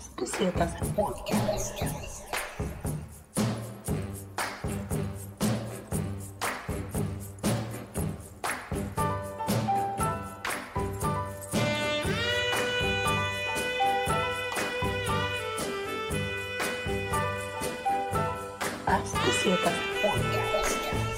Bucetas Podcast. Bucetas Podcast.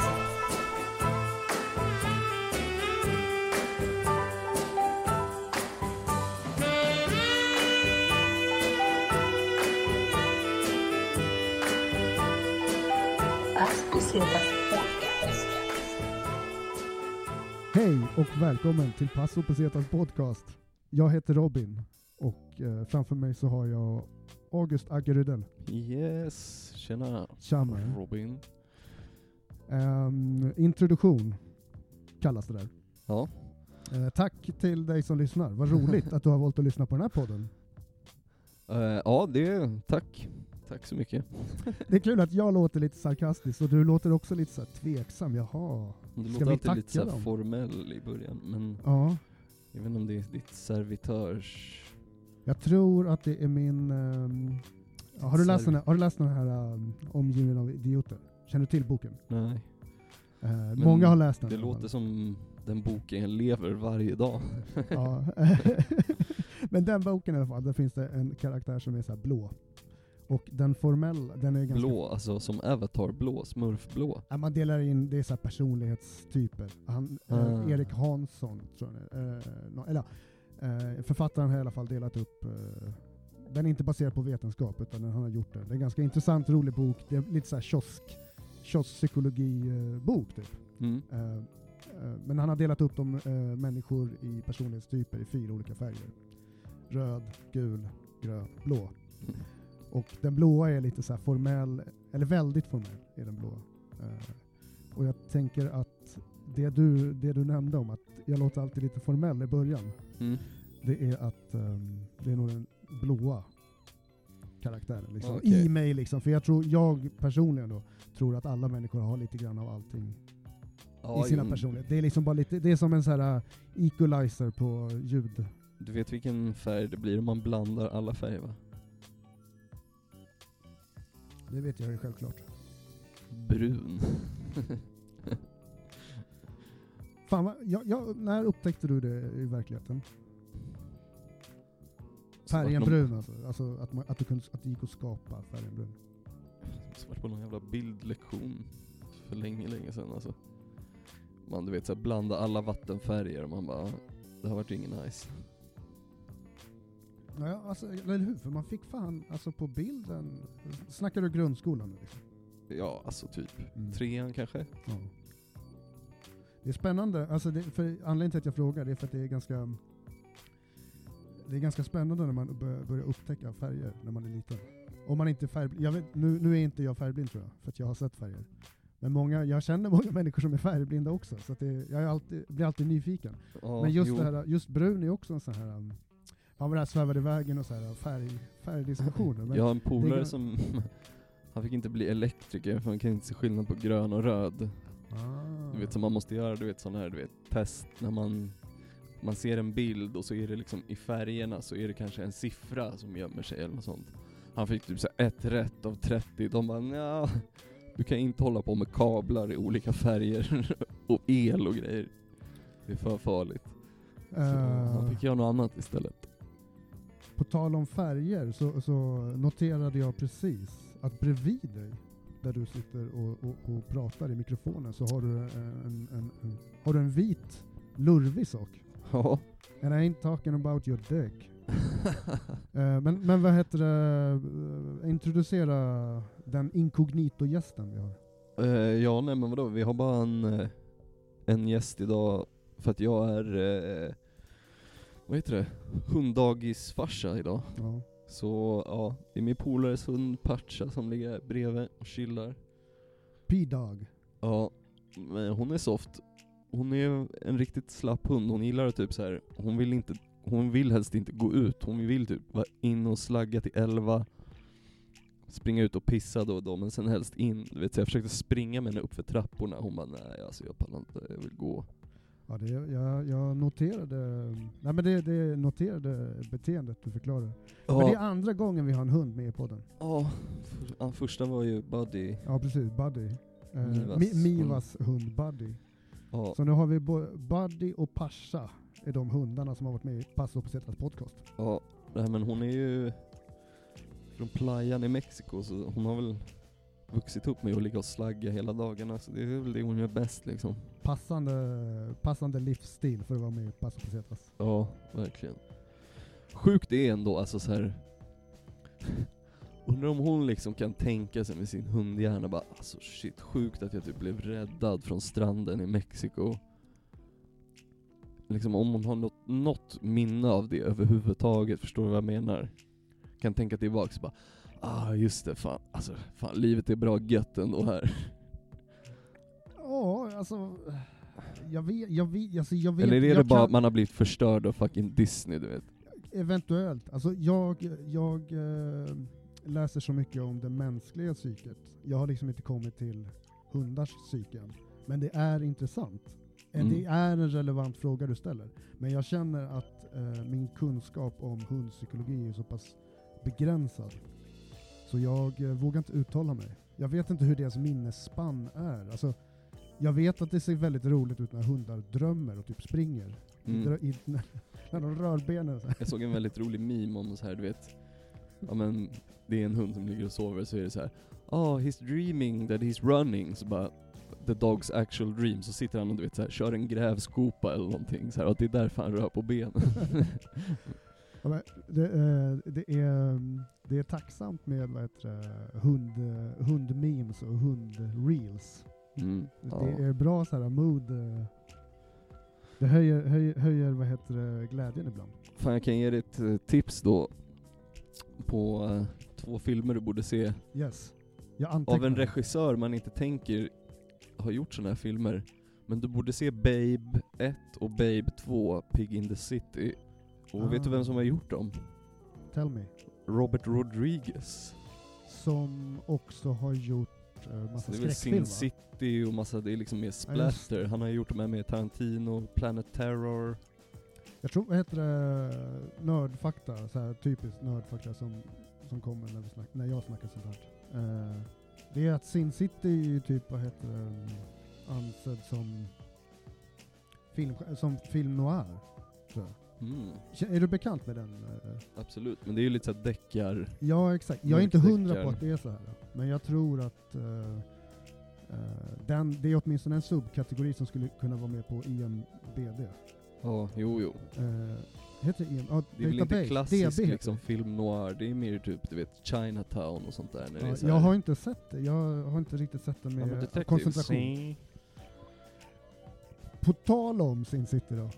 Hej och välkommen till Passo Bucetas Podcast. Jag heter Robin och framför mig så har jag August Aggerudel. Yes, tjena. Tjena. Robin. Introduktion kallas det där. Ja. Tack till dig som lyssnar. Vad roligt att du har valt att lyssna på den här podden. Ja, tack. Tack så mycket. Det är kul att jag låter lite sarkastisk och du låter också lite så här tveksam. Jaha, Du ska låter vi alltid tacka lite så här dem? formell i början, men Ja, jag vet inte om det är ditt servitörs... jag tror att det är min... har du läst den här Omgiven av idioter? Känner du till boken? Nej. Många har läst den. Det låter som den boken jag lever varje dag. Ja. Men den boken i alla fall, där finns det en karaktär som är så här blå. Och den formella, den är ganska... Blå, alltså som Avatar blå, smurfblå. Ja, man delar in, det är så här personlighetstyper. Erik Hansson, tror jag. Författaren har i alla fall delat upp... den är inte baserad på vetenskap, utan han har gjort det. Det är en ganska intressant, rolig bok. Det är lite så här kiosk-psykologi-bok, typ. Mm. Men han har delat upp de människor i personlighetstyper i 4 olika färger. Röd, gul, grön, blå. Mm. Och den blåa är lite så här formell, eller väldigt formell är den blåa. Och jag tänker att det du nämnde om att jag låter alltid lite formell i början. Mm. Det är att det är nog den blåa karaktären liksom. Okay. I mig liksom. För jag personligen då tror att alla människor har lite grann av allting i sina personligheter. Det är liksom bara lite, det är som en så här equalizer på ljud. Du vet vilken färg det blir om man blandar alla färger, va? Det vet jag ju självklart. Brun. Fan, när upptäckte du det i verkligheten? Färgen brun alltså att det gick att skapa färgen brun. Jag var på någon jävla bildlektion för länge sedan alltså. Man, du vet, så här, blanda alla vattenfärger och man bara, det har varit ingen nice. Ja, alltså, eller hur? För man fick fan, alltså på bilden, snackar du grundskolan nu liksom? Ja, alltså typ 3:an kanske. Ja. Det är spännande, alltså för anledningen till att jag frågar det är för att det är ganska spännande när man börjar upptäcka färger när man är liten. Om man inte är färgblind, nu är inte jag färgblind tror jag, för att jag har sett färger. Men jag känner många människor som är färgblinda också, så att blir alltid nyfiken. Ja, men just brun är också en sån här... Han var där svävade i vägen och så här färgdiskussioner. Jag har en polare som... Han fick inte bli elektriker för man kan inte se skillnad på grön och röd. Du vet, som man måste göra, du vet, sån här, du vet, test när man ser en bild och så är det liksom i färgerna så är det kanske en siffra som gömmer sig eller något sånt. Han fick typ så 1 rätt av 30. De bara, nja, du kan inte hålla på med kablar i olika färger och el och grejer. Det är för farligt. Så han fick göra något annat istället. På tal om färger så noterade jag precis att bredvid dig, där du sitter och pratar i mikrofonen, så har du en vit lurvig sak. Ja. And I ain't talking about your dick. Men vad heter det? Introducera den inkognito-gästen vi har. Ja, nej men vadå? Vi har bara en gäst idag för att jag är vad heter det? Hunddagisfarsa idag. Ja. Så ja, det är min polares hund Pacha som ligger bredvid och chillar. P-dog. Ja, men hon är soft. Hon är en riktigt slapp hund. Hon gillar typ så här. Hon vill helst inte gå ut. Hon vill typ vara in och slagga till 11. Springa ut och pissa då och då, men sen helst in. Du vet, så jag försökte springa med henne upp för trapporna. Hon bara, nej alltså jag pallar inte, jag vill gå. Ja, jag noterade... Nej, men det noterade beteendet du förklarar. Ja. Men det är andra gången vi har en hund med i podden. Ja, första var ju Buddy. Ja, precis. Buddy. Mivas Mivas hund Buddy. Ja. Så nu har vi Buddy och Pasha är de hundarna som har varit med i Paso Pesetas podcast. Ja, nej, men hon är ju från playan i Mexiko, så hon har väl vuxit upp med att ligga och slagga hela dagarna, så det är väl det hon gör bäst liksom. Passande livsstil för att vara med i Paso Pesetas. Ja, verkligen. Sjukt det är ändå, alltså så här. Undrar om hon liksom kan tänka sig med sin hundhjärna bara, alltså shit, sjukt att jag typ blev räddad från stranden i Mexiko. Liksom om hon har något minne av det överhuvudtaget, förstår du vad jag menar? Kan tänka tillbaka bara, just det, fan, alltså, fan, livet är bra gött ändå här. Ja, alltså... Jag vet, eller är det bara att man har blivit förstörd av fucking Disney, du vet? Eventuellt. Alltså jag läser så mycket om det mänskliga psyket. Jag har liksom inte kommit till hundars psyken. Men det är intressant. Det är en relevant fråga du ställer. Men jag känner att min kunskap om hundpsykologi är så pass begränsad. Så jag vågar inte uttala mig. Jag vet inte hur deras minnesspann är. Alltså, jag vet att det ser väldigt roligt ut när hundar drömmer och typ springer. När de rör benen. Så här. Jag såg en väldigt rolig meme om så här, du vet. Ja, men det är en hund som ligger och sover, så är det så här: he's dreaming that he's running. Så bara, the dog's actual dream. Så sitter han och du vet så här, kör en grävskopa eller någonting så här, och det är därför han rör på benen. Ja, men det är tacksamt med hundmemes och hundreels. Det är bra så här mood. Det höjer glädjen ibland. Fan, jag kan ge dig ett tips då på 2 filmer du borde se. Yes. Jag antecknar. Av en regissör man inte tänker har gjort såna här filmer. Men du borde se Babe 1 och Babe 2, Pig in the City. Och vet du vem som har gjort dem? Tell me. Robert Rodriguez. Som också har gjort massa skräckfilmer. Sin City och massa, det är liksom mer splatter. Han har gjort de här med Tarantino, Planet Terror. Jag tror, vad heter det, nördfakta, så här typiskt nördfakta som kommer när jag snackar sånt här. Det är att Sin City typ, vad heter det, ansedd som film noir, tror jag. Är du bekant med den? Absolut, men det är ju lite så här deckar. Ja, exakt. Jag är inte 100 på att det är så här. Men jag tror att det är åtminstone en subkategori som skulle kunna vara med på IMDb. Ja, jo. Heter det IMDb? Det är väl inte klassisk liksom film noir, det är mer typ, du vet, Chinatown och sånt där. När det är så här. Jag har inte sett det. Jag har inte riktigt sett det med koncentration. På tal om Sin City då.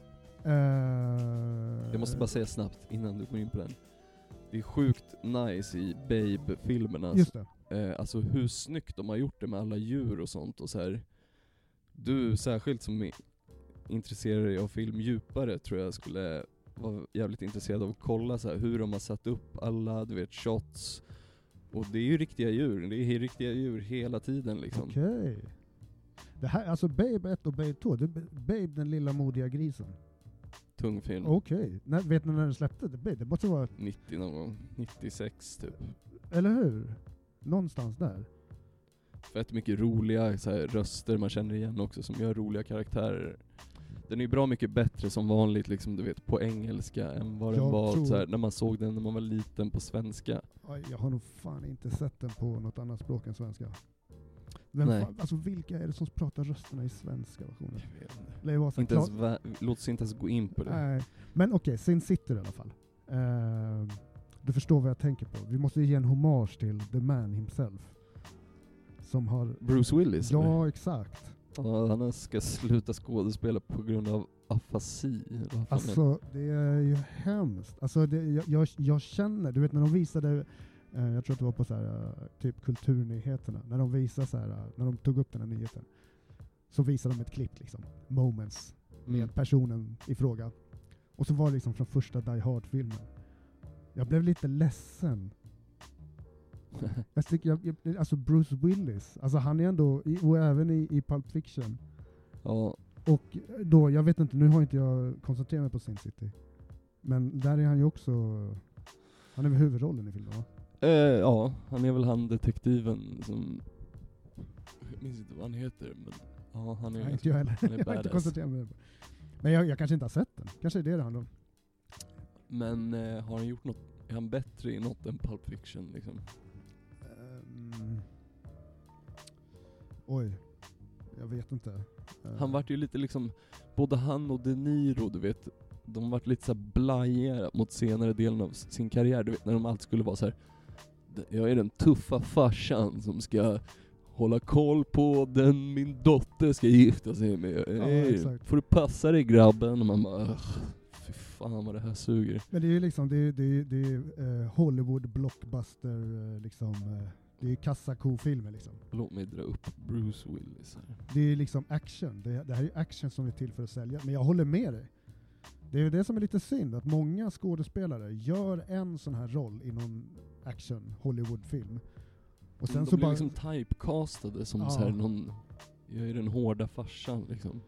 Jag måste bara säga snabbt innan du går in på den. Det är sjukt nice i Babe-filmerna. Just det. Alltså hur snyggt de har gjort det med alla djur och sånt. Och så här. Du särskilt som är intresserad dig av film djupare tror jag skulle vara jävligt intresserad av att kolla så här, hur de har satt upp alla, du vet, shots. Och det är ju riktiga djur. Det är riktiga djur hela tiden liksom. Okej. Det här, alltså Babe 1 och Babe 2. Babe, den lilla modiga grisen. Tung film. Okej. Vet ni när den släppte? Det måste vara 90 någon gång. 96 typ. Eller hur? Någonstans där. Fett mycket roliga så här, röster man känner igen också som gör roliga karaktärer. Den är ju bra mycket bättre som vanligt liksom, du vet, på engelska än vad den var så här, när man såg den när man var liten på svenska. Jag har nog fan inte sett den på något annat språk än svenska. Alltså vilka är det som pratar rösterna i svenska versionen? Låt oss inte ens gå in på det. Nej. Men okej, Sin City i alla fall. Du förstår vad jag tänker på. Vi måste ge en hommage till the man himself. Som har... Bruce Willis? Ja, eller? exakt. Ja, han ska sluta skådespela på grund av afasi. Alltså, det är ju hemskt. Alltså, jag känner, du vet när de visade... jag tror att det var på så här, typ kulturnyheterna. När de visade så här, när de tog upp den här nyheten. Så visade de ett klipp liksom. Moments. Med personen i fråga. Och så var det liksom från första Die Hard-filmen. Jag blev lite ledsen. Jag tycker, alltså Bruce Willis. Alltså han är ändå, och även i Pulp Fiction. Ja. Och då, jag vet inte, nu har inte jag koncentrerat mig på Sin City. Men där är han ju också, han är väl huvudrollen i filmen, va? Ja, han är väl han detektiven som, jag minns inte vad han heter, men ja, han är, Nej, inte jag heller. han är Jag har inte badass. koncentrerat mig på. Men jag kanske inte har sett den. Kanske är det handlar om. Men har han gjort något, är han bättre i något än Pulp Fiction liksom? Oj, jag vet inte. Han vart ju lite liksom, både han och De Niro, du vet, de vart lite så här blajiga mot senare delen av sin karriär, du vet, när de alltid skulle vara så här: jag är den tuffa farsan som ska hålla koll på den min dotter ska gifta sig med. Får du passa dig, grabben? Och man bara, fy fan vad det här suger. Men det är ju liksom, det är Hollywood blockbuster liksom, det är kassako-filmer liksom. Låt mig dra upp Bruce Willis här. Det är liksom action. Det här är ju action som är till för att sälja. Men jag håller med dig. Det är ju det som är lite synd, att många skådespelare gör en sån här roll i någon action Hollywood-film. Och sen de så blir bara liksom typecastade som så här någon, jag är den hårda farsan liksom.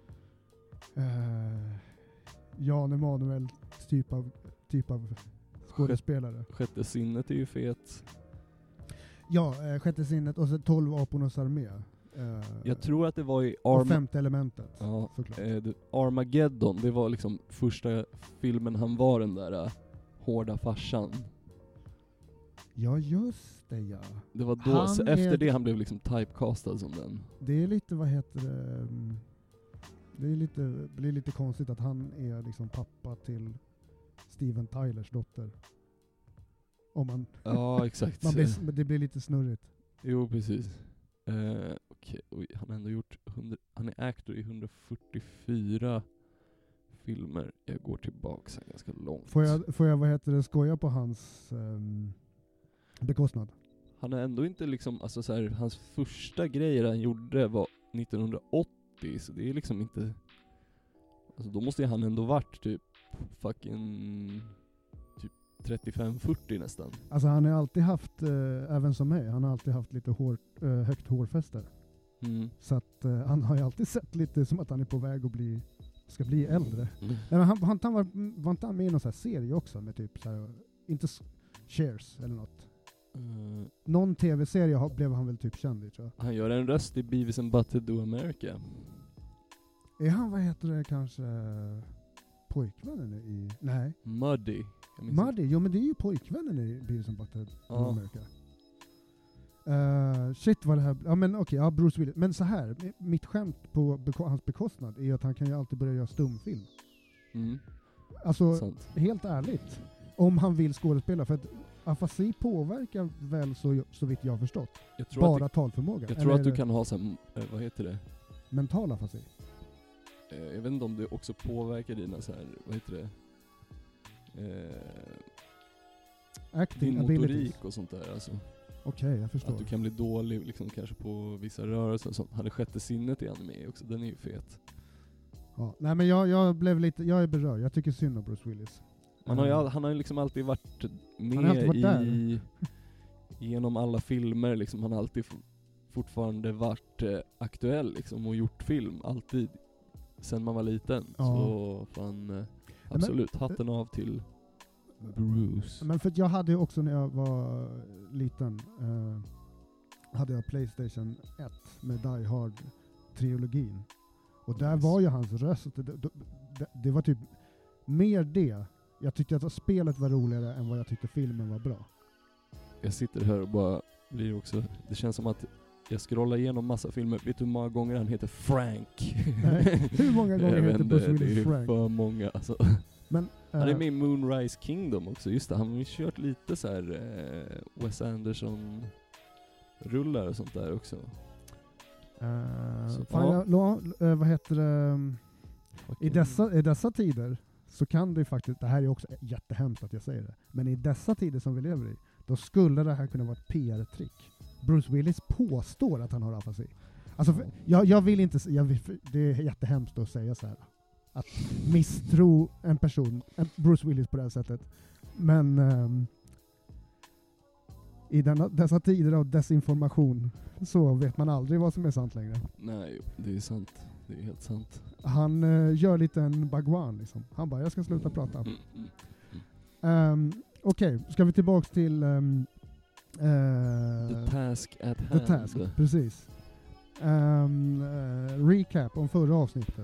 Jan Emanuel typ av skådespelare. Sjätte sinnet är ju fet. Ja, Sjätte sinnet och så 12 apornas armé. Jag tror att det var i och Femte elementet. Ja, såklart. Armageddon, det var liksom första filmen han var den där hårda farsan. Ja, just det, ja. Det var då, så efter det han blev liksom typecastad som den. Det är lite, vad heter det? Det blir lite konstigt att han är liksom pappa till Steven Tylers dotter. Om man Ja, exakt. det blir lite snurrigt. Jo, precis. Okej, han har ändå gjort han är actor i 144 filmer. Jag går tillbaka så ganska långt. Får jag vad heter det, skoja på hans bekostnad? Han är ändå inte liksom, alltså så här, hans första grejer han gjorde var 1980, så det är liksom inte, alltså då måste han ändå varit typ fucking typ 35-40 nästan. Alltså han har alltid haft, även som mig, han har alltid haft lite högt hårfäste. Så att han har ju alltid sett lite som att han är på väg att ska bli äldre. Nej, men var inte han med i någon så här serie också med typ så här, inte Cheers eller något. Någon tv-serie blev han väl typ känd i, tror jag. Han gör en röst i Beavis and Butthead Do America. Är han, vad heter det, kanske pojkvännen i... Nej. Muddy. Jo, men det är ju pojkvännen i Beavis and Butthead Do America. Shit vad det här... Ja, men okej, ja, Bruce Willis. Men så här, mitt skämt på hans bekostnad är att han kan ju alltid börja göra stumfilm. Alltså, helt ärligt. Om han vill skådespela, för att afasi påverkar väl så vitt jag har förstått. Bara talförmåga. Jag tror att du kan ha sån, vad heter det? Mental afasi. Jag vet inte om det också påverkar dina så här, vad heter det? Acting din motorik och sånt där alltså. Okej, jag förstår. Att du kan bli dålig liksom, kanske på vissa rörelser och sånt. Han är sjätte sinnet i anime också, den är ju fet. Ja, nej men jag är berörd. Jag tycker synd om Bruce Willis. Han har ju liksom alltid varit med genom alla filmer liksom. Han har alltid fortfarande varit aktuell liksom, och gjort film alltid sen man var liten. Ja. Så fan, absolut, hatten av till Bruce. Men för jag hade ju också när jag var liten hade jag PlayStation 1 med Die Hard-trilogin. Och där var ju hans röst, det var typ mer det. Jag tyckte att spelet var roligare än vad jag tyckte filmen var bra. Jag sitter här och bara blir också, det känns som att jag scrollar igenom massa filmer. Vet du hur många gånger han heter Frank? Nej, hur många gånger heter Bruce Willis Frank? Det är för många alltså. Men, han är med i Moonrise Kingdom också, just det. Han har ju kört lite så här Wes Anderson rullar och sånt där också. Vad heter det? I dessa tider så kan det faktiskt, det här är också jättehemskt att jag säger det, men i dessa tider som vi lever i, då skulle det här kunna vara ett PR-trick. Bruce Willis påstår att han har afasi. Alltså, jag vill inte, det är jättehemskt att säga så här, att misstro en person, Bruce Willis på det här sättet, men i dessa tider av desinformation så vet man aldrig vad som är sant längre. Nej, det är sant. Det är helt sant. Han gör lite en Bhagwan liksom. Han bara, jag ska sluta prata. Okej, ska vi tillbaks till The task at The hand. Task, precis. Recap om förra avsnittet.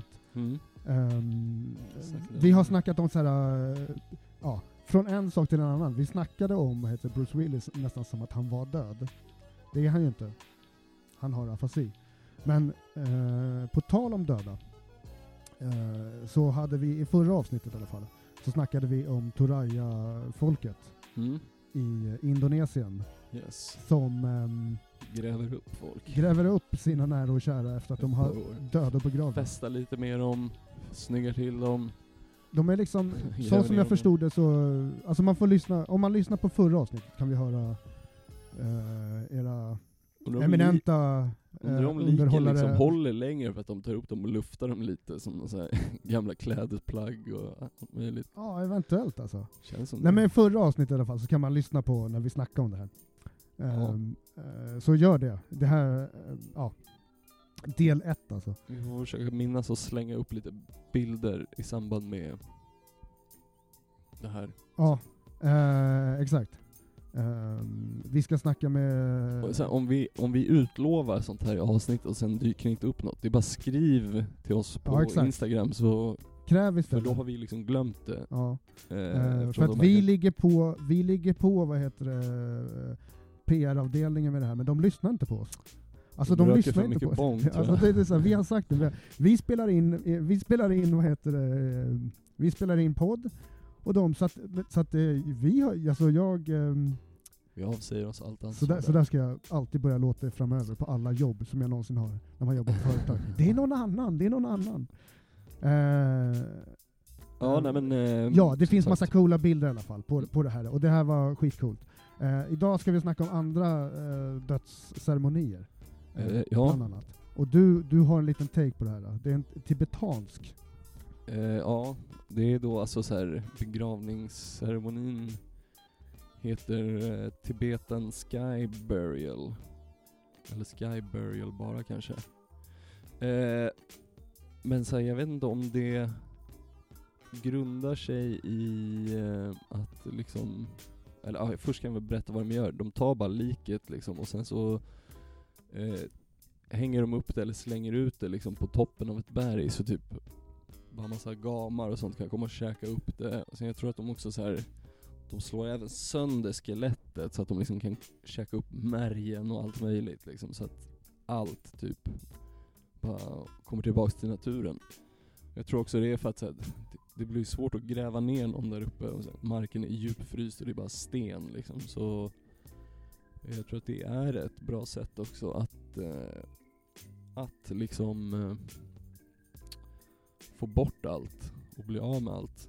Vi har snackat om så här, från en sak till en annan. Vi snackade om Bruce Willis nästan som att han var död. Det är han ju inte. Han har afasi. Men på tal om döda så hade vi i förra avsnittet i alla fall, så snackade vi om Toraya-folket i Indonesien. Yes. Som gräver upp sina nära och kära efter att de har döda på graven. Festa lite med dem, snyggar till dem. De är liksom, så som jag förstod det så, alltså man får lyssna, om man lyssnar på förra avsnittet kan vi höra era eminenta underhållare liksom håller längre för att de tar upp dem och luftar dem lite som så här gamla klädesplagg och allt möjligt. Ja, eventuellt alltså. Känns som men i förra avsnittet i alla fall så kan man lyssna på när vi snackar om det här. Så gör det. Det här, del 1 alltså. Vi får försöka minnas och slänga upp lite bilder i samband med det här. Ja, exakt. Vi ska snacka med... Och sen, om vi utlovar sånt här i avsnitt och sen dyker inte upp något, det är bara skriv till oss på Instagram så kräv istället. För då har vi liksom glömt det. Ja. För att vi ligger på vad heter det, PR-avdelningen med det här, men de lyssnar inte på oss. Alltså de lyssnar inte på oss. Alltså, det är så här, vi har sagt det. Vi spelar in vad heter det, vi spelar in podd och de så att vi har, alltså vi avsäger oss allt ansvar. Så där ska jag alltid börja låta framöver på alla jobb som jag någonsin har när man jobbar på företag. Det är någon annan. Det finns massa coola bilder i alla fall på det här. Och det här var skitcoolt. Idag ska vi snacka om andra dödsceremonier. Bland annat. Och du har en liten take på det här. Då. Det är en tibetansk. Det är då alltså så här, begravningsceremonin heter Tibetan Sky Burial. Eller Sky Burial bara kanske. Men så här, jag vet inte om det grundar sig i att liksom, eller först kan vi berätta vad de gör. De tar bara liket liksom och sen så hänger de upp det eller slänger ut det liksom på toppen av ett berg, så typ bara massa gamar och sånt kan komma och käka upp det. Och sen jag tror att de också så här, de slår även sönder skelettet så att de liksom kan käka upp märgen och allt möjligt liksom, så att allt typ bara kommer tillbaks till naturen. Jag tror också det är för att så här, det blir svårt att gräva ner någon där uppe och så här, marken är djupfryst och det är bara sten liksom, så jag tror att det är ett bra sätt också att liksom få bort allt och bli av med allt.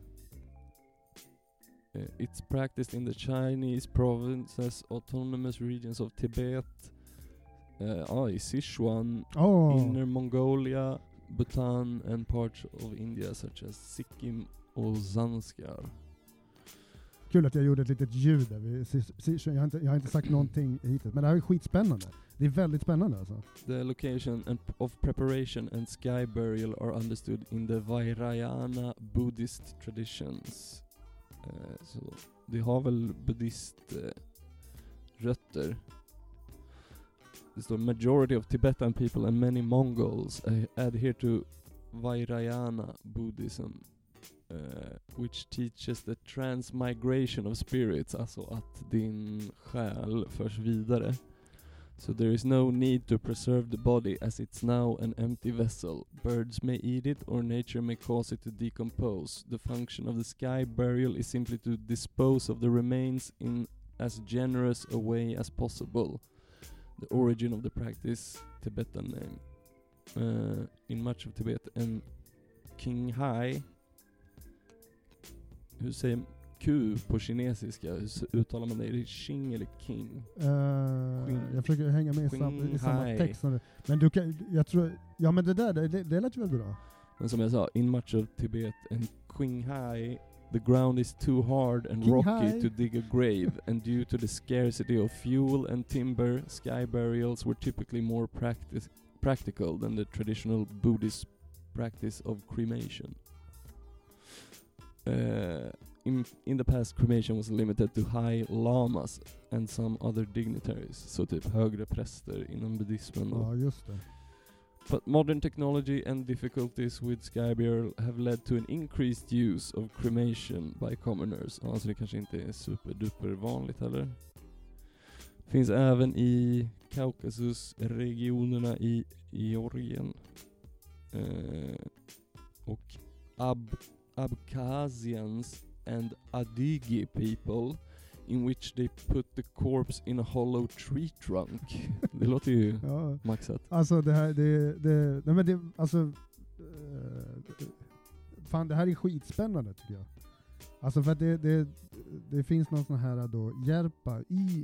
It's practiced in the Chinese provinces, autonomous regions of Tibet, i Sichuan, Inner Mongolia, Bhutan and parts of India such as Sikkim och Zanskar. Kul att jag gjorde ett litet ljud där. Jag har inte sagt någonting hittills, men det här är skitspännande. Det är väldigt spännande alltså. The location of preparation and sky burial are understood in the Vajrayana Buddhist traditions. Så det har väl buddhist rötter. Det står majority of Tibetan people and many Mongols adhere to Vajrayana Buddhism, which teaches the transmigration of spirits, alltså att din själ förs vidare. So there is no need to preserve the body as it's now an empty vessel. Birds may eat it or nature may cause it to decompose. The function of the sky burial is simply to dispose of the remains in as generous a way as possible. The origin of the practice, Tibetan name. In much of Tibet and Qinghai. Hur säger Q på kinesiska? Hur uttalar man det? Är det Qing eller King? Jag försöker hänga med i samma text. Men du kan, jag tror, ja men det lät väl bra. Men som jag sa, in much of Tibet and Qinghai, the ground is too hard and rocky to dig a grave, and due to the scarcity of fuel and timber, sky burials were typically more practical than the traditional Buddhist practice of cremation. In the past, cremation was limited to high lamas and some other dignitaries. Så typ högre präster inom buddhismen. Ja, just det. But modern technology and difficulties with sky burial have led to an increased use of cremation by commoners. Alltså det kanske inte är superduper vanligt heller. Finns även i Kaukasusregionerna i Georgien och Abkhazians and Adygi people, in which they put the corpse in a hollow tree trunk. Det låter ju maxat. Alltså det här, nej men det, alltså fan det här är skitspännande tycker jag. Alltså för att det finns någon sån här då, Järpa,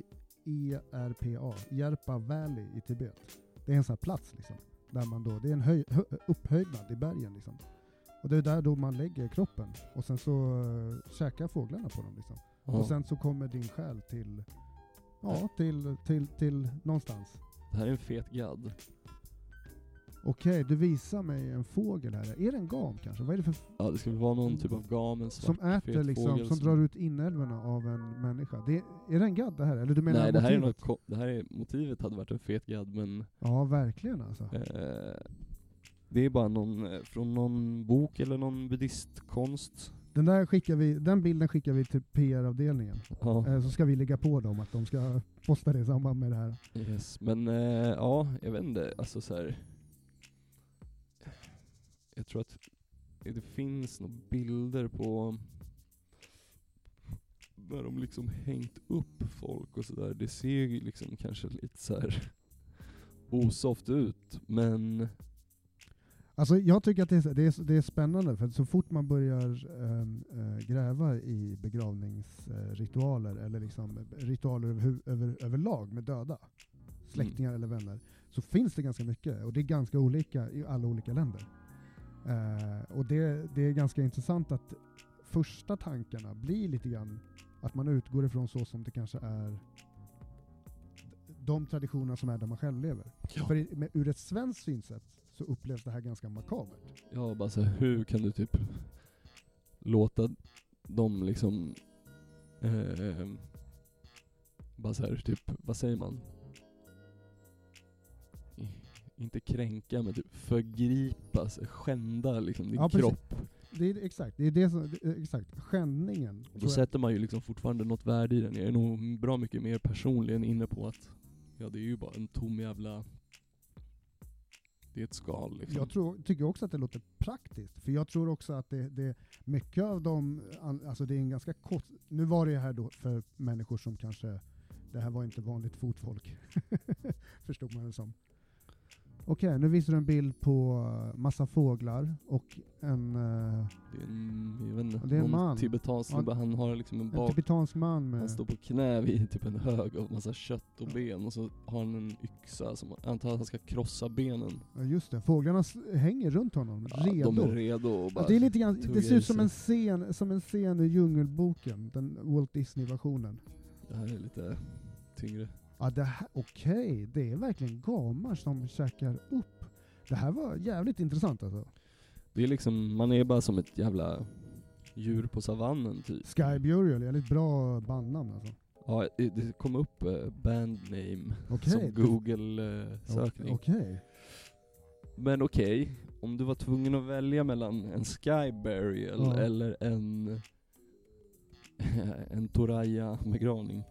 Järpa Valley i Tibet. Det är en sån här plats liksom, där man då, det är en upphöjdnad i bergen liksom. Och det är där då man lägger kroppen. Och sen så käkar fåglarna på dem liksom. Ja. Och sen så kommer din själ till någonstans. Det här är en fet gadd. Okej, du visar mig en fågel här. Är det en gam kanske? Vad är det för Ja, det skulle vara någon typ av gam, en svart som äter fet liksom, fågel som drar ut inälvorna av en människa. Är det en gadd det här? Eller du menar nej, det här motivet? är det här är motivet hade varit en fet gadd, men Ja, verkligen alltså. det är bara någon från någon bok eller någon buddhistkonst. Den bilden skickar vi till PR-avdelningen. Ja. Så ska vi lägga på dem att de ska posta det i samband med det här. Yes, men ja, jag vet inte, alltså så här. Jag tror att det finns några bilder på där de liksom hängt upp folk och sådär. Det ser ju liksom kanske lite så här osoft ut, men Alltså jag tycker att det är spännande, för att så fort man börjar gräva i begravningsritualer eller liksom ritualer överlag med döda släktingar eller vänner, så finns det ganska mycket, och det är ganska olika i alla olika länder. Och det är ganska intressant att första tankarna blir lite grann att man utgår ifrån så som det kanske är de traditioner som är där man själv lever. Ja. För ur ett svenskt synsätt så upplevs det här ganska makabert. ja, bara så här, hur kan du typ låta dem liksom bara så här, typ, vad säger man? Inte kränka, men typ förgripas, skända liksom din kropp. Det är exakt, det är det som, exakt, skändningen. Då sätter man ju liksom fortfarande något värde i den. Jag är nog bra mycket mer personligen inne på att ja, det är ju bara en tom jävla, det är ett skal liksom. Jag tycker också att det låter praktiskt, för jag tror också att det mycket av dem, alltså det är en ganska kort, nu var det här då för människor som kanske, det här var inte vanligt fotfolk, förstod man det som. Okej, nu visar du en bild på massa fåglar och en... jag vet inte, det är en någon man. tibetansk snubbe, han har liksom en tibetansk man med... Han står på knä vid typ en hög av massa kött och ben, och så har han en yxa som jag antar att han ska krossa benen. Ja, just det, fåglarna hänger runt honom, redo. De är redo och bara det är lite grann, det ser ut som en scen i Djungelboken, den Walt Disney-versionen. Det här är lite tyngre. Ja, okej, det är verkligen gamar som käkar upp. Det här var jävligt intressant alltså. Det är liksom, man är bara som ett jävla djur på savannen typ. Sky Burial, jävligt bra bandnamn alltså. Ja, det kom upp bandname Okej. som Google-sökning. Okej. Men okej, om du var tvungen att välja mellan en Sky Burial eller en Toraya-begravning.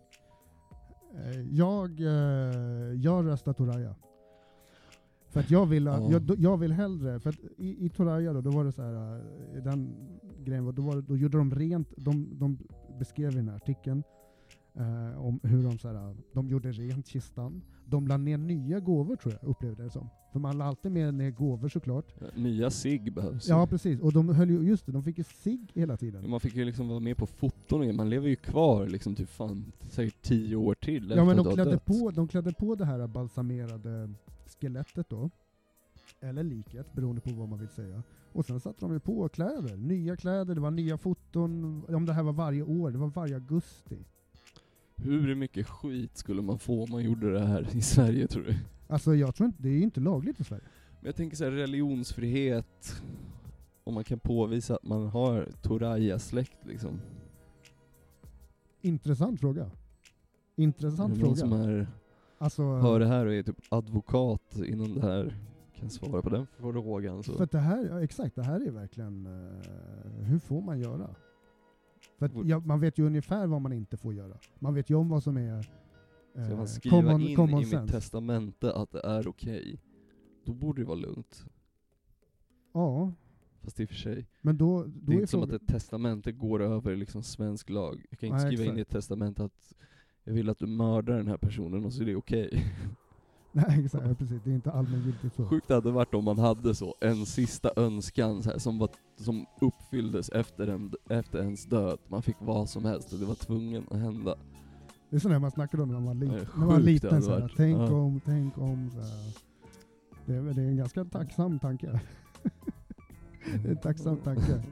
Jag röstar Toraya. För att jag vill hellre, för att i Toraya då var det så här, den grejen då gjorde de rent, de beskrev i den här artikeln om hur de gjorde rent kistan. De la ner nya gåvor, tror jag, upplevde det som. För man la alltid ner gåvor såklart. Nya cigg behövs. Ja, precis. Och de höll ju, just det, de fick ju cigg hela tiden. Man fick ju liksom vara med på foton, man lever ju kvar liksom typ säkert 10 år till. Ja, men de klädde på det här balsamerade skelettet då. Eller liket, beroende på vad man vill säga. Och sen satte de ju på kläder. Nya kläder, det var nya foton. Om det här var varje år, det var varje augusti. Hur mycket skit skulle man få om man gjorde det här i Sverige, tror du? Alltså jag tror inte, det är ju inte lagligt i Sverige. Men jag tänker så här, religionsfrihet, om man kan påvisa att man har Toraya-släkt liksom. Intressant fråga. Intressant Är det någon fråga. som är, Alltså, hör det här och är typ advokat inom det här, kan svara på den frågan. Så. för att det här, ja, exakt, det här är verkligen, hur får man göra? För att, ja, man vet ju ungefär vad man inte får göra. Man vet ju om vad som är Ska man skriva in common i mitt sense. testamente att det är okej, då borde det vara lugnt. Ja, Fast i och för sig, men då det är är inte som frågan... att ett testamente går över liksom svensk lag. Jag kan inte Nej, skriva in i ett testamente att jag vill att du mördar den här personen och så är det okej. Nej, exakt, ja, precis. Det är inte allmängiltigt så. Sjukt hade varit om man hade så en sista önskan så här, som uppfylldes efter ens död. Man fick vad som helst och det var tvungen att hända. Det är sådär man snackade om när man var, Ja, när man var sjukt det liten. hade Såhär, varit. tänk Ja. om. Såhär. Det är en ganska tacksam tanke. Det är en tacksam tanke.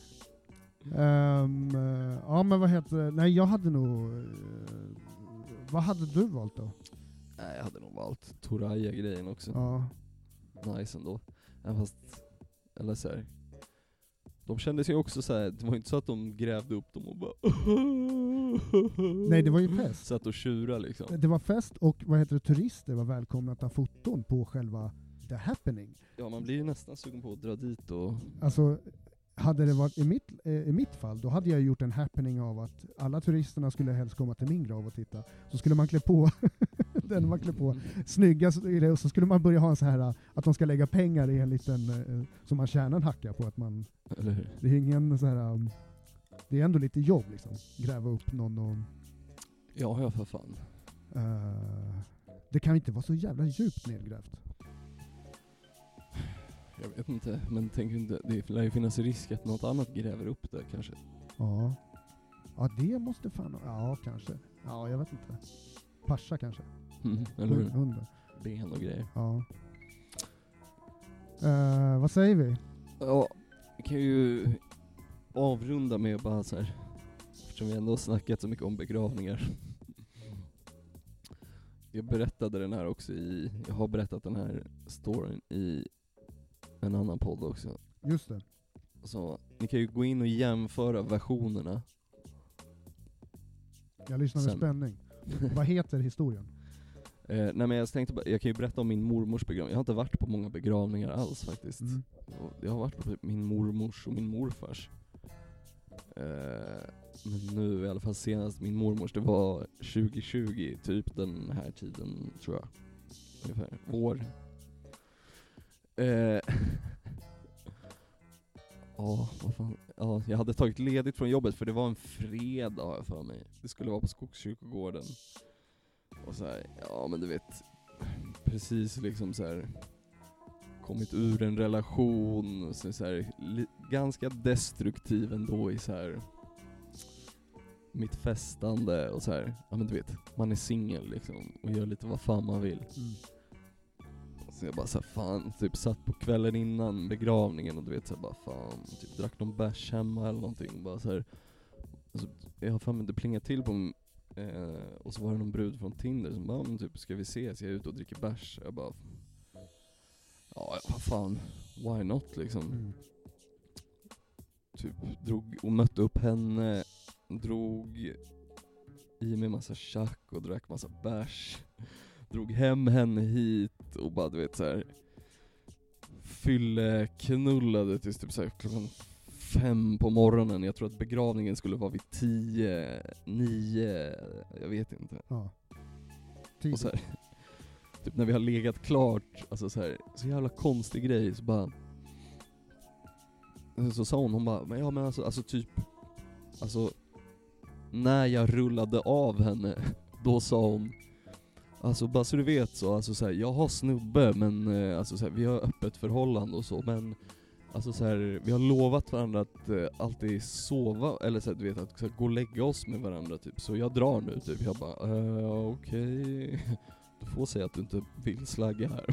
Ja, men vad heter... Nej, jag hade nog... vad hade du valt då? Nej, jag hade nog valt Toraya-grejen också. Ja. Nice ändå. Även fast, eller så här, de kände sig också så här, det var inte så att de grävde upp dem och bara Nej, det var ju fest. satt och tjura liksom. Det var fest och vad heter det, turister var välkomna att ta foton på själva the happening. Ja, man blir ju nästan sugen på att dra dit och... Alltså, hade det varit i mitt fall, då hade jag gjort en happening av att alla turisterna skulle helst komma till min grav och titta. Så skulle man klä på den man klä på snygga, och så skulle man börja ha en så här att de ska lägga pengar i en liten, så man tjänar en hacka på att man... Eller hur? Det är ingen så här... Det är ändå lite jobb liksom, gräva upp någon och... Ja, för fan. Det kan inte vara så jävla djupt nedgrävt. Jag vet inte, men tänk inte, det lär ju finnas risk att något annat gräver upp det kanske. Ja. Ja, det måste fan... Ja, kanske. Ja, jag vet inte. Pascha kanske. Eller hur? Hundar. Ben och grejer. Ja. Vad säger vi? Ja, vi kan ju avrunda med bara så här, eftersom vi ändå har snackat så mycket om begravningar. Jag berättade den här också jag har berättat den här storyn i en annan podd också. Just det. Så ni kan ju gå in och jämföra versionerna. Jag lyssnar med Sen. spänning. Vad heter historien? Nej, men jag tänkte bara, jag kan ju berätta om min mormors begravning. Jag har inte varit på många begravningar alls faktiskt. Mm. Jag har varit på typ min mormors och min morfars. Men nu i alla fall senast min mormors, det var 2020, typ den här tiden tror jag. Ungefär, vår. Vad fan. Ja, jag hade tagit ledigt från jobbet för det var en fredag har jag för mig. Det skulle vara på Skogskyrkogården. Och så här, ja men du vet, precis liksom så här kommit ur en relation, så här, ganska destruktiv ändå i så här mitt festande och så här, ja men du vet, man är singel liksom och gör lite vad fan man vill. Mm. Så jag bara så här, fan, typ satt på kvällen innan begravningen och du vet så här, bara fan, typ drack någon bärs hemma eller någonting, bara så här. Alltså, jag har fan inte plingat till på och så var det någon brud från Tinder som bara, men typ, ska vi ses? Jag är ute och dricker bärs. Jag bara, ja, vad fan, why not liksom. Mm. Typ drog och mötte upp henne, drog i mig massa tjack och drack massa bärs. Drog hem henne hit och bara, du vet så här, knullade tills typ så här klockan 5 på morgonen. Jag tror att begravningen skulle vara vid 10, 9, jag vet inte. Ja. Och så här, typ när vi har legat klart, alltså så här, så jävla konstig grej, så bara, så sa hon bara, men ja men alltså typ, alltså när jag rullade av henne, då sa hon, alltså bara så du vet så här, jag har snubbe men alltså så här, vi har öppet förhållande och så, men alltså så här, vi har lovat varandra att alltid sova, eller så här, du vet, att så här, gå och lägga oss med varandra typ, så jag drar nu typ. Jag bara, okej. Du får säga att du inte vill slagga här.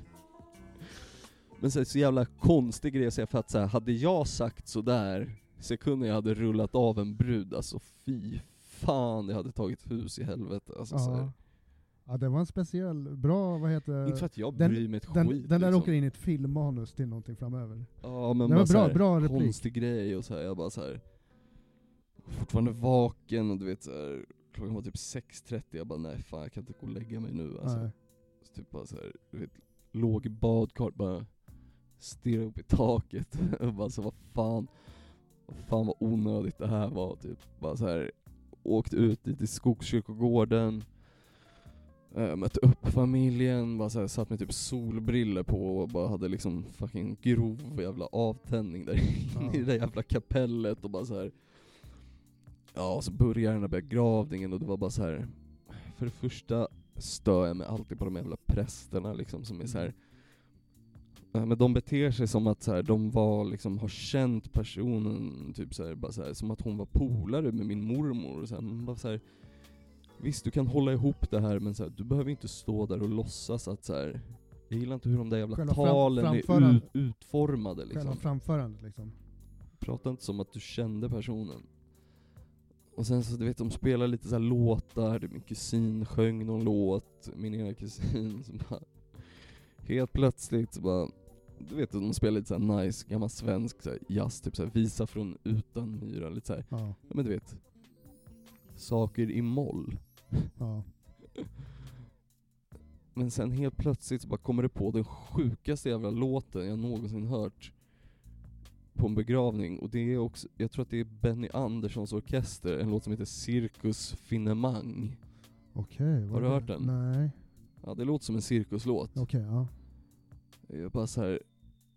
Men så jävla konstig grej att säga, för att så här, hade jag sagt så där sekunden jag hade rullat av en brud, alltså fy fan, jag hade tagit hus i helvete, alltså så här. Ja, det var en speciell, bra, vad heter... Inte för att jag bryr mig ett skit. Den där liksom. åker in i ett filmmanus till någonting framöver. Ja, men det bara var bra replik. konstig grej och så här, jag bara så här fortfarande vaken och du vet så här, klockan var typ 6:30, jag bara nej fan jag kan inte gå och lägga mig nu alltså. Nej. Så typ bara så här, du vet, låg i badkart bara stirrade upp i taket och bara så vad fan vad onödigt det här var typ. Bara så här åkt ut dit till Skogskyrkogården, mötte upp familjen, bara så här, satt med typ solbriller på och bara hade liksom fucking grov jävla avtändning där inne i det jävla kapellet och bara så här. Ja, så började den där begravningen och det var bara så här. För det första stör jag mig alltid på de jävla prästerna liksom som är så här. Men de beter sig som att så här, de var liksom har känt personen typ så här, bara så här, som att hon var polare med min mormor och så här, man bara så här. Visst, du kan hålla ihop det här, men så här, du behöver inte stå där och låtsas att så här. Jag gillar inte hur de där jävla själva talen är utformade liksom. Själva framförandet liksom. Prata inte som att du kände personen. Och sen så du vet, de spelar lite så här låtar, min kusin sjöng någon låt, min ena kusin som bara helt plötsligt så bara, du vet att de spelar lite så här nice, gammal svensk så här jazz, typ så här visa från Utanmyra, lite så här. Ja, men du vet, saker i moll. Ja. Men sen helt plötsligt så bara kommer det på den sjukaste jävla låten jag någonsin hört på en begravning, och det är också, jag tror att det är Benny Anderssons orkester, en låt som heter Cirkus Finemang. Okej, har du hört den? Nej. Ja, det låter som en cirkuslåt. Okej, ja. Jag bara så här.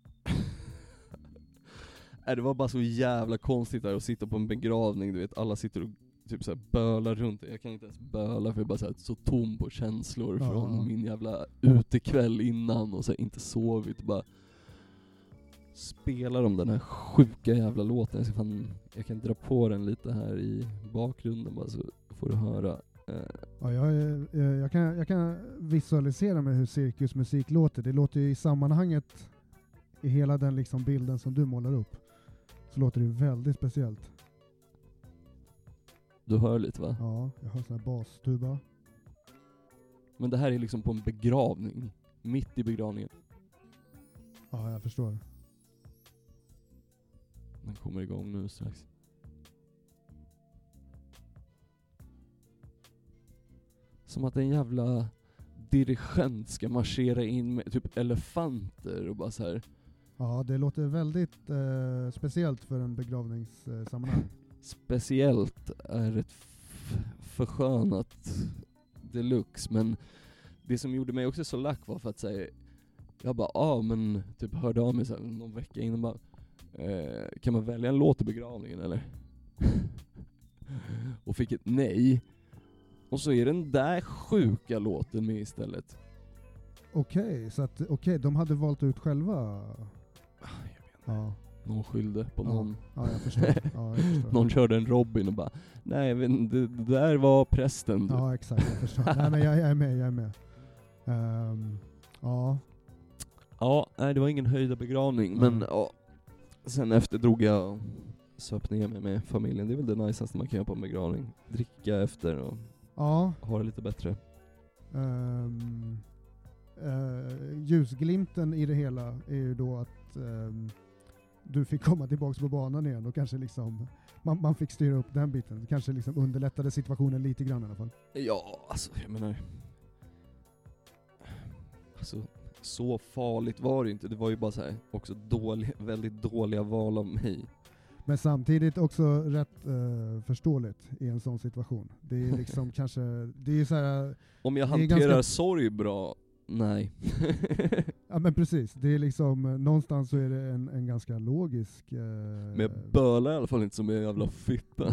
Det var bara så jävla konstigt där att sitta på en begravning, du vet, alla sitter och typ så här bölar runt. Jag kan inte ens böla för jag är bara så tom på känslor från min jävla utekväll innan och så här, inte sovit, bara spelar de den här sjuka jävla låten. Så jag kan dra på den lite här i bakgrunden bara så får du höra. Ja, jag kan visualisera mig hur cirkusmusik låter. Det låter ju i sammanhanget, i hela den liksom bilden som du målar upp, så låter det väldigt speciellt. Du hör lite va? Ja, jag hör sån här bastuba. Men det här är liksom på en begravning, mitt i begravningen. Ja, jag förstår. Den kommer igång nu strax. Som att en jävla dirigent ska marschera in med typ elefanter och bara så här. Ja, det låter väldigt speciellt för en begravningssammanhang. Speciellt är ett förskönat deluxe, men det som gjorde mig också så lack var för att säga, jag bara, men typ hörde av mig så här, någon vecka innan bara, kan man välja en låt i begravningen eller? Och fick ett nej. Och så är den där sjuka låten med istället. Okej, så att de hade valt ut själva. Ja. Någon skyllde på någon. Ja, jag förstår. Ja, jag förstår. Någon körde en Robin och bara, nej, det där var prästen. Ja, exakt, jag förstår. Nej, men jag är med. Ja. Ja, nej, det var ingen höjda begravning, men ja. Sen efter drog jag och söp ner mig med familjen. Det är väl det najsaste man kan göra på en begravning. Dricka efter och ha det lite bättre. Ljusglimten i det hela är ju då att du fick komma tillbaka på banan igen och kanske liksom man fick styra upp den biten. Kanske liksom underlättade situationen lite grann i alla fall. Ja, alltså jag menar, alltså så farligt var det inte. Det var ju bara så här också väldigt dåliga val av mig. Men samtidigt också rätt förståeligt i en sån situation. Det är liksom kanske, det är så här, om jag hanterar sorg bra, nej. Ja, men precis. Det är liksom, någonstans så är det en ganska logisk... Men jag bölar i alla fall inte som en jävla fitta.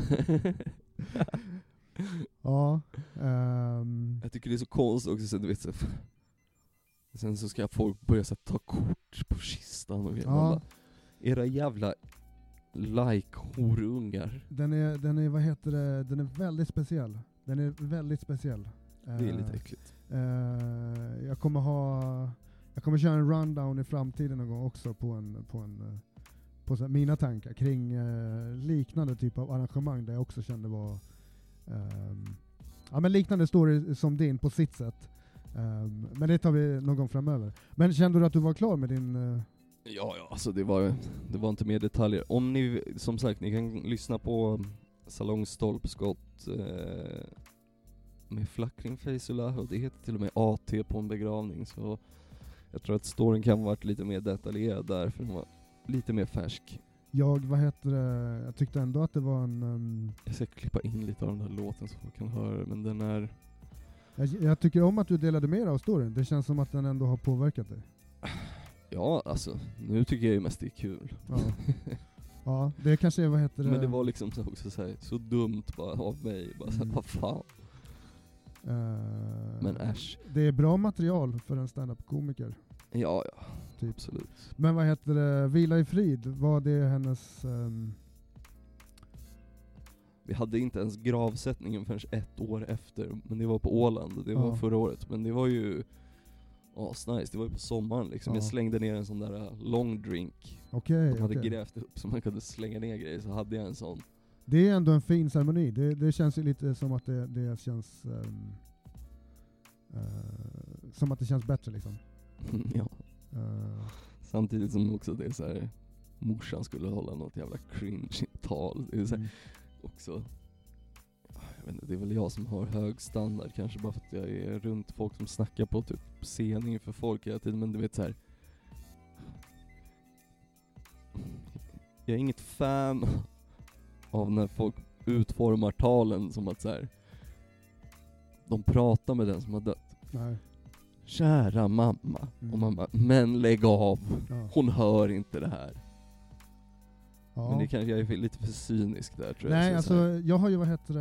Ja. Jag tycker det är så konstigt också, så du vet så. Sen så ska folk börja så ta kort på kistan och bara, era jävla like-horungar. Den är, vad heter det, den är väldigt speciell. Den är väldigt speciell. Det är lite äckligt. Jag kommer köra en rundown i framtiden någon gång också på så mina tankar kring liknande typ av arrangemang där jag också kände var men liknande story som din på sitt sätt. Men det tar vi någon gång framöver. Men kände du att du var klar med din... Ja, alltså det var inte mer detaljer. Om ni, som sagt, ni kan lyssna på Salong Stolpskott med Flackring Faisula, och det heter till och med AT på en begravning, så jag tror att storyn kan ha varit lite mer detaljerad där, för den var lite mer färsk. Jag tyckte ändå att det var en... Jag ska klippa in lite av den här låten så folk kan höra, men den är... Jag tycker om att du delade mer av storyn. Det känns som att den ändå har påverkat dig. Ja, alltså, nu tycker jag ju mest det är kul. Ja, ja det kanske är, Men det var liksom också så dumt bara av mig. Bara så här, vad fan. Men äsch. Det är bra material för en stand-up-komiker. Ja, typ. Absolut. Men Vila i frid, var det hennes... Vi hade inte ens gravsättningen förrän 1 år efter, men det var på Åland, det var förra året. Men det var ju nice, det var ju på sommaren liksom. Jag slängde ner en sån där long drink. De hade grävt upp så man kunde slänga ner grejer, så hade jag en sån. Det är ändå en fin ceremoni. Det känns ju lite som att det känns som att det känns bättre liksom. Ja. Samtidigt som också det är så här, morsan skulle hålla något jävla cringe tal. Det är så här, också, jag vet inte, det är väl jag som har hög standard kanske, bara för att jag är runt folk som snackar på typ scen inför folk hela tiden, men du vet så här, jag är inget fan av när folk utformar talen som att så här, de pratar med den som har dött. Nej. Kära mamma. Och mamma, men lägg av. Hon hör inte det här. Ja. Men det kanske jag är lite för cynisk där, tror jag. Nej, alltså jag har ju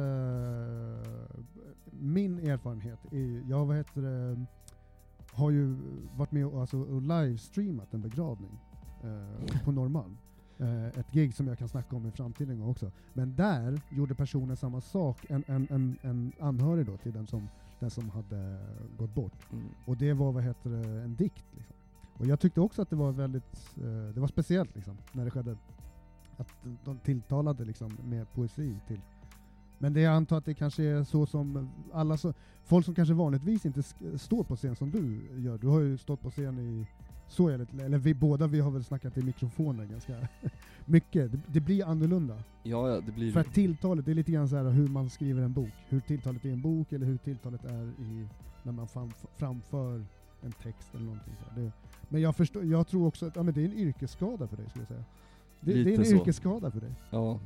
min erfarenhet är, jag har ju varit med och livestreamat en begravning på Norrmalm. Ett gig som jag kan snacka om i framtiden också. Men där gjorde personen samma sak, en anhörig då till den som hade gått bort. Och det var en dikt liksom. Och jag tyckte också att det var väldigt det var speciellt liksom när det skedde, att de tilltalade liksom med poesi till. Men det jag antar att det kanske är så som alla folk som kanske vanligtvis inte står på scen som du gör. Du har ju stått på scen i eller vi har väl snackat i mikrofoner ganska mycket. Det blir annorlunda. Ja, det blir. För att tilltalet, det är lite grann så här hur man skriver en bok. Hur tilltalet är en bok, eller hur tilltalet är när man framför en text eller någonting så. Men jag tror också att men det är en yrkesskada för dig, skulle jag säga. Det är en yrkesskada för dig. Ja,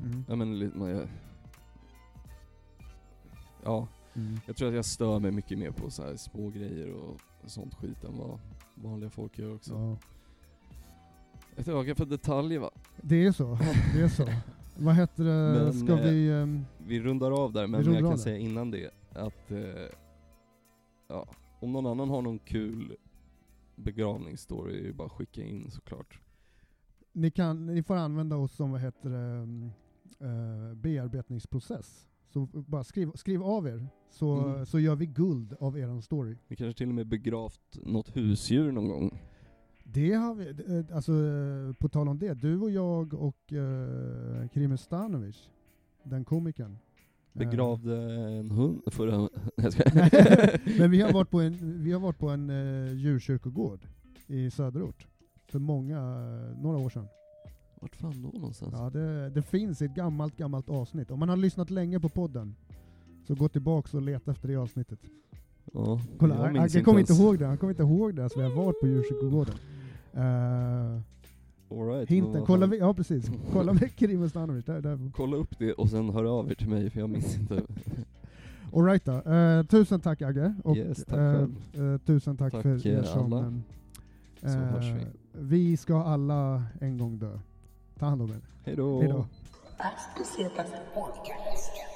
jag tror att jag stör mig mycket mer på så här små grejer och sånt skit än vad vanliga folk gör också. Ja. Ett öga för detaljer, va? Det är så. Vad heter det? Men, ska vi rundar av där, men jag kan säga innan det att om någon annan har någon kul begravningsstory, bara skicka in såklart. Ni får använda oss som bearbetningsprocess. Så bara skriv av er, så gör vi guld av eran story. Vi kanske till och med begravt något husdjur någon gång. Det har vi, alltså på tal om det, du och jag och Krim Stanovic, den komikern. Begravde en hund förra... Men vi har varit på en djurkyrkogård i Söderort för några år sedan. Vart fan då någonstans? Ja, det finns ett gammalt avsnitt. Om man har lyssnat länge på podden, så gå tillbaka och leta efter det avsnittet. Ja, kolla, han kommer inte ihåg det. Han kommer inte ihåg det, så vi har varit på djurkyrkogården. All right, hinten, kolla precis. Kolla med Krim och Stanovic. Där. Kolla upp det och sen hör av er till mig, för jag minns inte. All right då. Tusen tack, Agge. Och yes, tack tusen tack för er som... alla. Så hörs vi. Vi ska alla en gång dö. Ta hand om er. Hej då. Podcast.